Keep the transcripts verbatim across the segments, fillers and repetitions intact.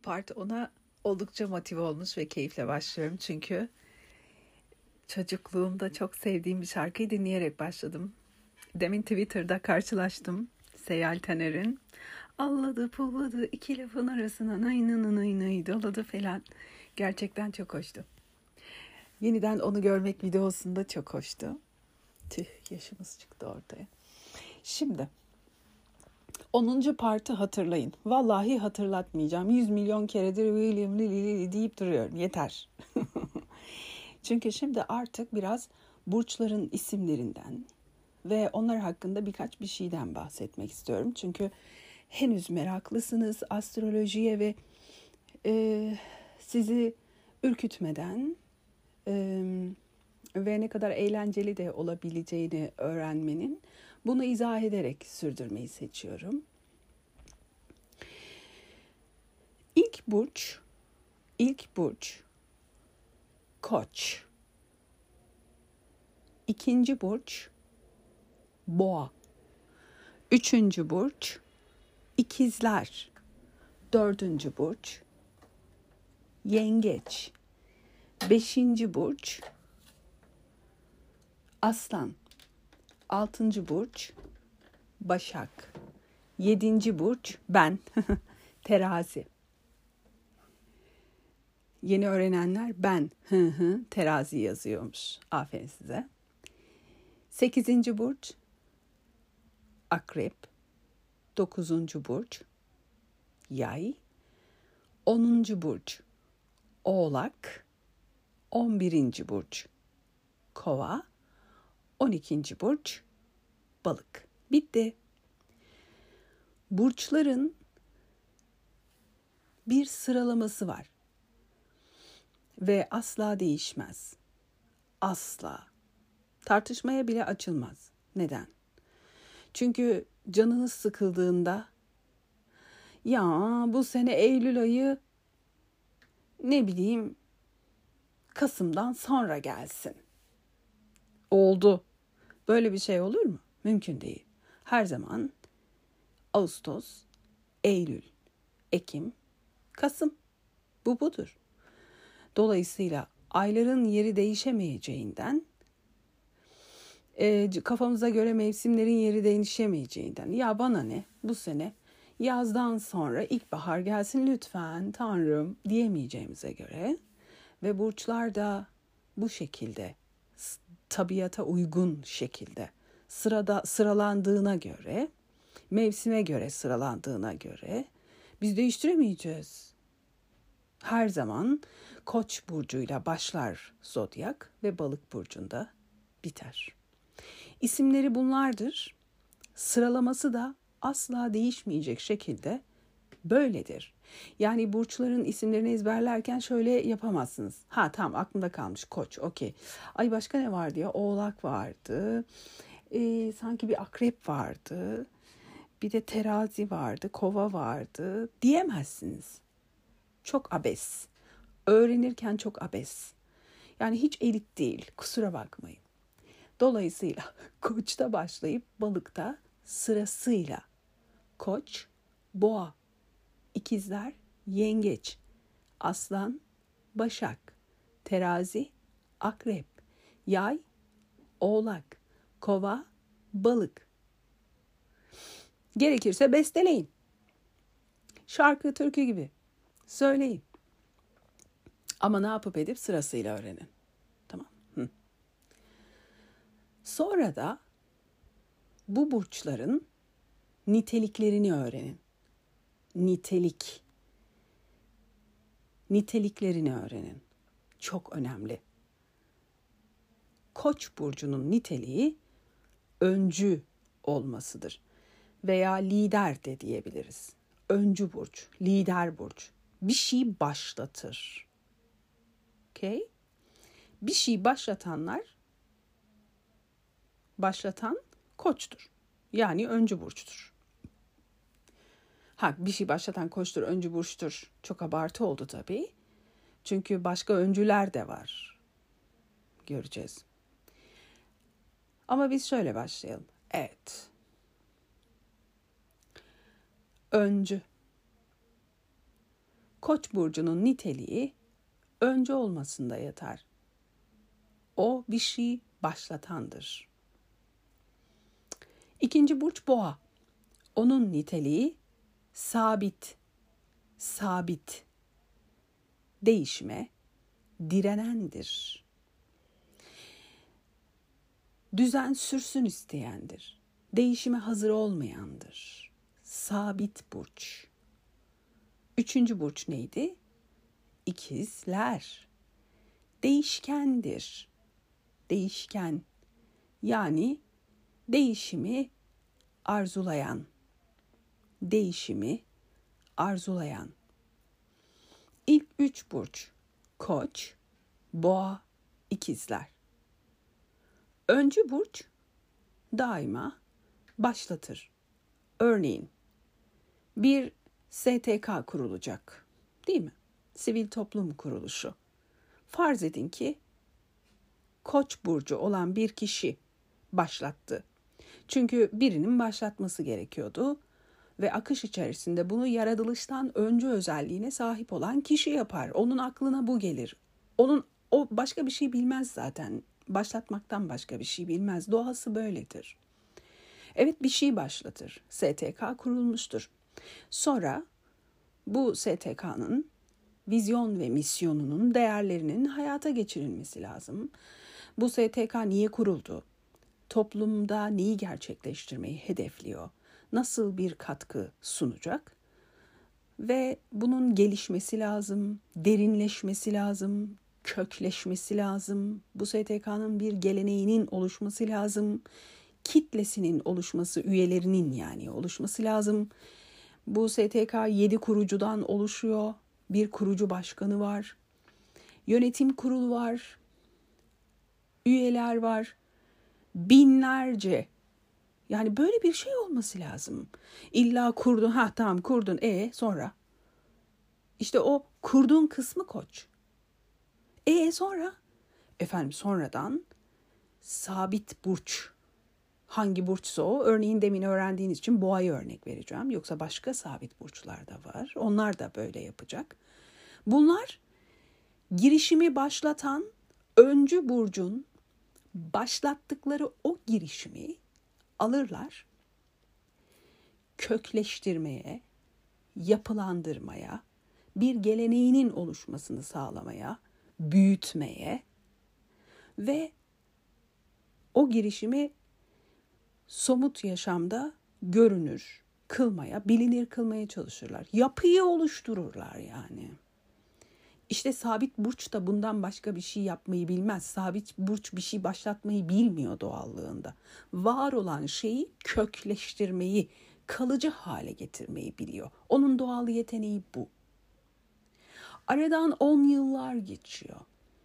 Part ona oldukça motive olmuş ve keyifle başlıyorum. Çünkü çocukluğumda çok sevdiğim bir şarkıyı dinleyerek başladım. Demin Twitter'da karşılaştım. Seyal Taner'in alladı pulladı iki lafın arasına nay nay nay nay doladı falan. Gerçekten çok hoştu. Yeniden onu görmek videosunda çok hoştu. Tüh, yaşımız çıktı ortaya. Şimdi onuncu partı hatırlayın. Vallahi hatırlatmayacağım. yüz milyon keredir William Lily deyip duruyorum. Yeter. Çünkü şimdi artık biraz burçların isimlerinden ve onlar hakkında birkaç bir şeyden bahsetmek istiyorum. Çünkü henüz meraklısınız astrolojiye ve e, sizi ürkütmeden e, ve ne kadar eğlenceli de olabileceğini öğrenmenin, bunu izah ederek sürdürmeyi seçiyorum. İlk burç, ilk burç Koç. İkinci burç Boğa. Üçüncü burç İkizler. Dördüncü burç Yengeç. Beşinci burç Aslan. Altıncı burç Başak. Yedinci burç ben. Terazi. Yeni öğrenenler ben hı hı terazi yazıyormuş. Aferin size. Sekizinci burç Akrep. Dokuzuncu burç Yay. Onuncu burç Oğlak. On birinci burç Kova. On ikinci burç Balık. Bitti. Burçların bir sıralaması var. Ve asla değişmez. Asla. Tartışmaya bile açılmaz. Neden? Çünkü canınız sıkıldığında ya bu sene Eylül ayı ne bileyim Kasım'dan sonra gelsin. Oldu. Böyle bir şey olur mu? Mümkün değil. Her zaman Ağustos, Eylül, Ekim, Kasım. Bu budur. Dolayısıyla ayların yeri değişemeyeceğinden, e, kafamıza göre mevsimlerin yeri değişemeyeceğinden, ya bana ne bu sene yazdan sonra ilkbahar gelsin lütfen Tanrım diyemeyeceğimize göre ve burçlar da bu şekilde tabiata uygun şekilde sırada sıralandığına göre, mevsime göre sıralandığına göre biz değiştiremeyeceğiz. Her zaman Koç burcuyla başlar zodyak ve Balık burcunda biter. İsimleri bunlardır. Sıralaması da asla değişmeyecek şekilde böyledir. Yani burçların isimlerini ezberlerken şöyle yapamazsınız. Ha tamam, aklımda kalmış Koç, okey. Ay başka ne vardı ya? Oğlak vardı. Ee, sanki bir akrep vardı. Bir de terazi vardı, kova vardı diyemezsiniz. Çok abes. Öğrenirken çok abes. Yani hiç elit değil, kusura bakmayın. Dolayısıyla Koç'ta başlayıp Balık'ta sırasıyla Koç, Boğa, İkizler, Yengeç, Aslan, Başak, Terazi, Akrep, Yay, Oğlak, Kova, Balık. Gerekirse besteleyin. Şarkı, türkü gibi söyleyin. Ama ne yapıp edip sırasıyla öğrenin. Tamam. Hı. Sonra da bu burçların niteliklerini öğrenin. Nitelik. Niteliklerini öğrenin. Çok önemli. Koç burcunun niteliği öncü olmasıdır. Veya lider de diyebiliriz. Öncü burç, lider burç. Bir şey başlatır. Okay? Bir şey başlatanlar, başlatan Koçtur. Yani öncü burçtur. Ha, bir şey başlatan Koçtur, öncü burçtur. Çok abartı oldu tabii. Çünkü başka öncüler de var. Göreceğiz. Ama biz şöyle başlayalım. Evet. Öncü. Koç burcunun niteliği önce olmasında yatar. O bir şey başlatandır. İkinci burç Boğa. Onun niteliği sabit, sabit, değişime direnendir. Düzen sürsün isteyendir. Değişime hazır olmayandır. Sabit burç. Üçüncü burç neydi? İkizler. Değişkendir. Değişken. Yani değişimi arzulayan. Değişimi arzulayan. İlk üç burç Koç, Boğa, İkizler. Öncü burç daima başlatır. Örneğin bir S T K kurulacak, değil mi? Sivil toplum kuruluşu. Farz edin ki Koç burcu olan bir kişi başlattı. Çünkü birinin başlatması gerekiyordu ve akış içerisinde bunu yaratılıştan önce özelliğine sahip olan kişi yapar. Onun aklına bu gelir. Onun o başka bir şey bilmez zaten. Başlatmaktan başka bir şey bilmez. Doğası böyledir. Evet, bir şey başlatır. S T K kurulmuştur. Sonra bu S T K'nın vizyon ve misyonunun, değerlerinin hayata geçirilmesi lazım. Bu S T K niye kuruldu? Toplumda neyi gerçekleştirmeyi hedefliyor? Nasıl bir katkı sunacak? Ve bunun gelişmesi lazım, derinleşmesi lazım, kökleşmesi lazım. Bu S T K'nın bir geleneğinin oluşması lazım. Kitlesinin oluşması, üyelerinin yani oluşması lazım. Bu S T K yedi kurucudan oluşuyor. Bir kurucu başkanı var. Yönetim kurulu var. Üyeler var. Binlerce. Yani böyle bir şey olması lazım. İlla kurdun, ha tamam kurdun, e sonra? İşte o kurduğun kısmı Koç. E sonra? Efendim sonradan sabit burç. Hangi burçsa o, örneğin demin öğrendiğiniz için Boğa'yı örnek vereceğim. Yoksa başka sabit burçlar da var. Onlar da böyle yapacak. Bunlar girişimi başlatan öncü burcun başlattıkları o girişimi alırlar, kökleştirmeye, yapılandırmaya, bir geleneğinin oluşmasını sağlamaya, büyütmeye ve o girişimi somut yaşamda görünür kılmaya, bilinir kılmaya çalışırlar. Yapıyı oluştururlar yani. İşte sabit burç da bundan başka bir şey yapmayı bilmez. Sabit burç bir şey başlatmayı bilmiyor doğallığında. Var olan şeyi kökleştirmeyi, kalıcı hale getirmeyi biliyor. Onun doğal yeteneği bu. Aradan on yıllar geçiyor.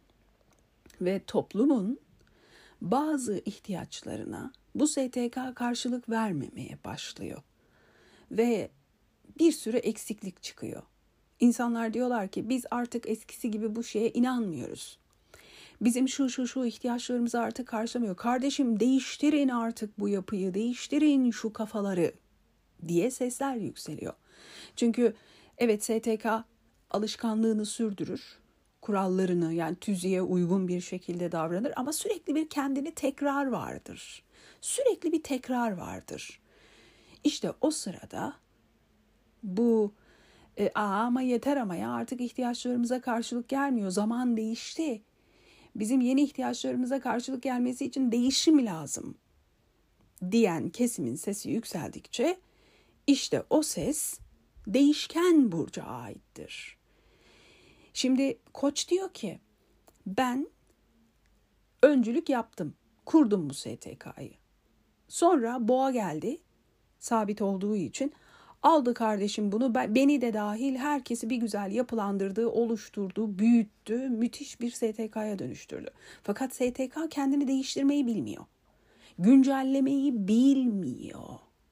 Ve toplumun bazı ihtiyaçlarına bu S T K karşılık vermemeye başlıyor. Ve bir sürü eksiklik çıkıyor. İnsanlar diyorlar ki biz artık eskisi gibi bu şeye inanmıyoruz. Bizim şu şu şu ihtiyaçlarımızı artık karşılamıyor. Kardeşim değiştirin artık bu yapıyı, değiştirin şu kafaları diye sesler yükseliyor. Çünkü evet S T K alışkanlığını sürdürür. Kurallarını yani tüzüğe uygun bir şekilde davranır ama sürekli bir kendini tekrar vardır. Sürekli bir tekrar vardır. İşte o sırada bu e, ama yeter ama ya artık ihtiyaçlarımıza karşılık gelmiyor. Zaman değişti. Bizim yeni ihtiyaçlarımıza karşılık gelmesi için değişim lazım diyen kesimin sesi yükseldikçe işte o ses değişken burca aittir. Şimdi Koç diyor ki ben öncülük yaptım. Kurdum bu S T K'yı. Sonra Boğa geldi. Sabit olduğu için aldı kardeşim bunu, beni de dahil herkesi bir güzel yapılandırdı, oluşturdu, büyüttü, müthiş bir S T K'ya dönüştürdü. Fakat S T K kendini değiştirmeyi bilmiyor. Güncellemeyi bilmiyor.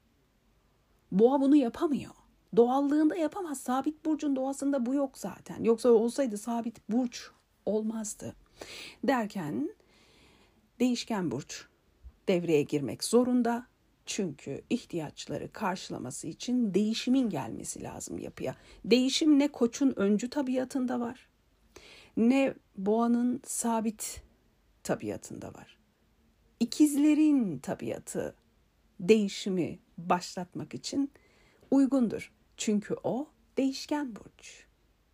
Boğa bunu yapamıyor. Doğallığında yapamaz. Sabit burcun doğasında bu yok zaten. Yoksa olsaydı sabit burç olmazdı. Derken değişken burç devreye girmek zorunda. Çünkü ihtiyaçları karşılaması için değişimin gelmesi lazım yapıya. Değişim ne Koç'un öncü tabiatında var, ne Boğanın sabit tabiatında var. İkizlerin tabiatı değişimi başlatmak için uygundur. Çünkü o değişken burç.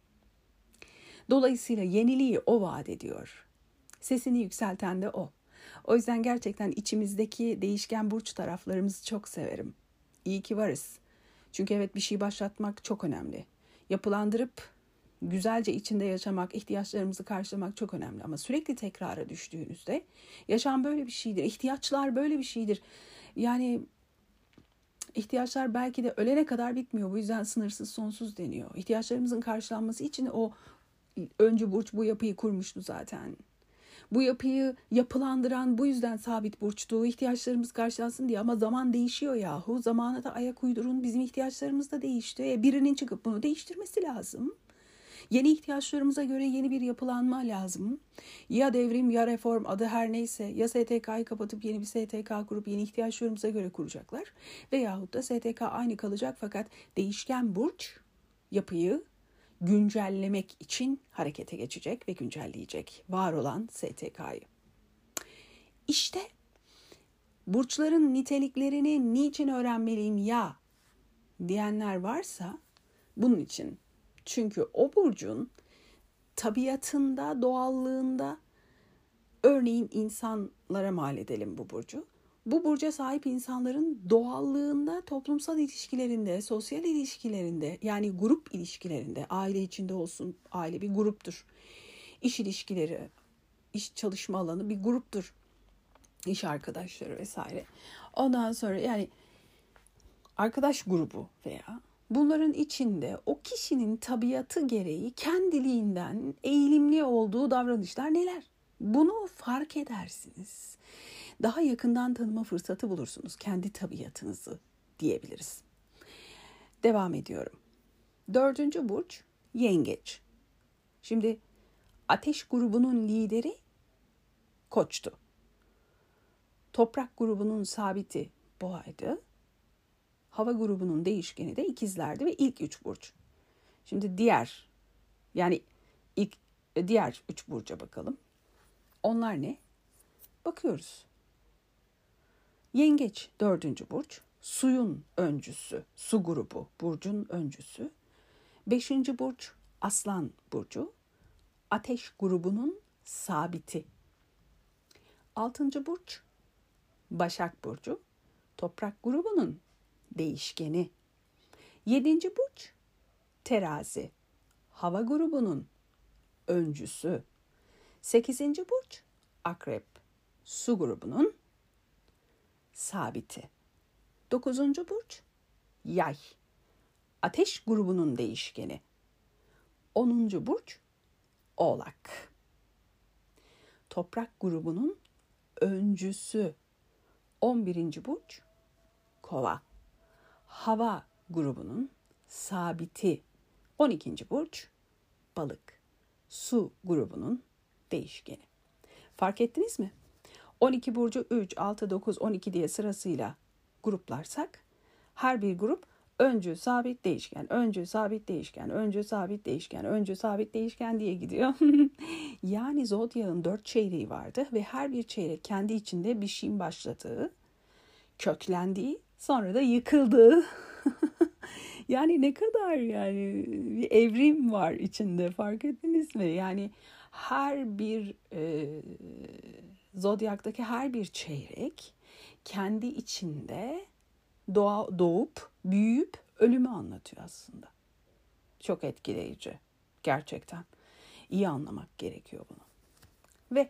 Dolayısıyla yeniliği o vaat ediyor. Sesini yükselten de o. O yüzden gerçekten içimizdeki değişken burç taraflarımızı çok severim. İyi ki varız. Çünkü evet, bir şey başlatmak çok önemli. Yapılandırıp güzelce içinde yaşamak, ihtiyaçlarımızı karşılamak çok önemli. Ama sürekli tekrara düştüğünüzde yaşam böyle bir şeydir. İhtiyaçlar böyle bir şeydir. Yani ihtiyaçlar belki de ölene kadar bitmiyor. Bu yüzden sınırsız, sonsuz deniyor. İhtiyaçlarımızın karşılanması için o öncü burç bu yapıyı kurmuştu zaten. Bu yapıyı yapılandıran bu yüzden sabit burçtu. İhtiyaçlarımız karşılansın diye. Ama zaman değişiyor yahu. Zamana da ayak uydurun. Bizim ihtiyaçlarımız da değişti. E, birinin çıkıp bunu değiştirmesi lazım. Yeni ihtiyaçlarımıza göre yeni bir yapılanma lazım. Ya devrim ya reform, adı her neyse, ya S T K'yı kapatıp yeni bir S T K kurup yeni ihtiyaçlarımıza göre kuracaklar. Veyahut da S T K aynı kalacak fakat değişken burç yapıyı güncellemek için harekete geçecek ve güncelleyecek var olan S T K'yı. İşte burçların niteliklerini niçin öğrenmeliyim ya diyenler varsa bunun için. Çünkü o burcun tabiatında, doğallığında, örneğin insanlara mal edelim bu burcu. Bu burca sahip insanların doğallığında, toplumsal ilişkilerinde, sosyal ilişkilerinde, yani grup ilişkilerinde, aile içinde olsun, aile bir gruptur. İş ilişkileri, iş çalışma alanı bir gruptur. İş arkadaşları vesaire. Ondan sonra yani arkadaş grubu veya bunların içinde o kişinin tabiatı gereği kendiliğinden eğilimli olduğu davranışlar neler? Bunu fark edersiniz. Daha yakından tanıma fırsatı bulursunuz kendi tabiatınızı diyebiliriz. Devam ediyorum. Dördüncü burç Yengeç. Şimdi ateş grubunun lideri Koç'tu. Toprak grubunun sabiti Boğa'ydı. Hava grubunun değişkeni de ikizlerdi ve ilk üç burç. Şimdi diğer yani ilk diğer üç burca bakalım. Onlar ne? Bakıyoruz. Yengeç dördüncü burç. Suyun öncüsü. Su grubu burcun öncüsü. Beşinci burç Aslan burcu. Ateş grubunun sabiti. Altıncı burç Başak burcu. Toprak grubunun değişkeni. Yedinci burç Terazi. Hava grubunun öncüsü. Sekizinci burç Akrep. Su grubunun sabiti. Dokuzuncu burç Yay. Ateş grubunun değişkeni. Onuncu burç Oğlak. Toprak grubunun öncüsü. On birinci burç Kova. Hava grubunun sabiti. On ikinci burç Balık. Su grubunun değişkeni. Fark ettiniz mi? on iki burcu üç, altı, dokuz, on iki diye sırasıyla gruplarsak her bir grup öncü, sabit, değişken, öncü, sabit, değişken, öncü, sabit, değişken, öncü, sabit, değişken diye gidiyor. Yani zodyağın dört çeyreği vardı ve her bir çeyrek kendi içinde bir şeyin başladığı, köklendiği, sonra da yıkıldığı. Yani ne kadar yani bir evrim var içinde, fark ettiniz mi? Yani her bir e, zodyaktaki her bir çeyrek kendi içinde doğa, doğup büyüyüp ölümü anlatıyor aslında. Çok etkileyici gerçekten. İyi anlamak gerekiyor bunu. Ve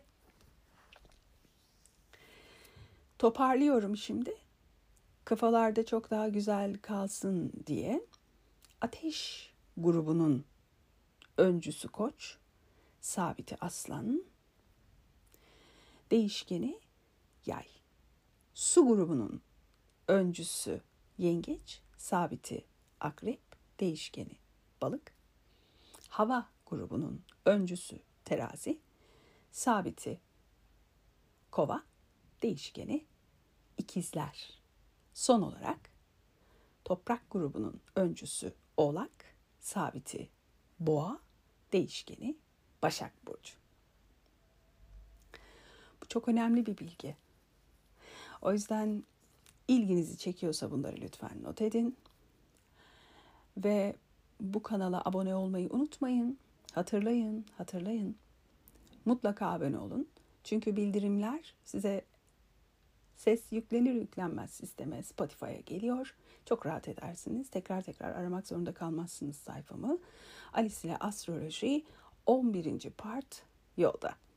toparlıyorum şimdi. Kafalarda çok daha güzel kalsın diye. Ateş grubunun öncüsü Koç, sabiti Aslan, değişkeni Yay. Su grubunun öncüsü Yengeç, sabiti Akrep, değişkeni Balık. Hava grubunun öncüsü Terazi, sabiti Kova, değişkeni İkizler. Son olarak toprak grubunun öncüsü Oğlak, sabiti Boğa, değişkeni Başak Burcu. Bu çok önemli bir bilgi. O yüzden ilginizi çekiyorsa bunları lütfen not edin. Ve bu kanala abone olmayı unutmayın. Hatırlayın, hatırlayın. Mutlaka abone olun. Çünkü bildirimler size ses yüklenir yüklenmez sisteme, Spotify'a geliyor. Çok rahat edersiniz. Tekrar tekrar aramak zorunda kalmazsınız sayfamı. Alice ile Astroloji on birinci part yolda.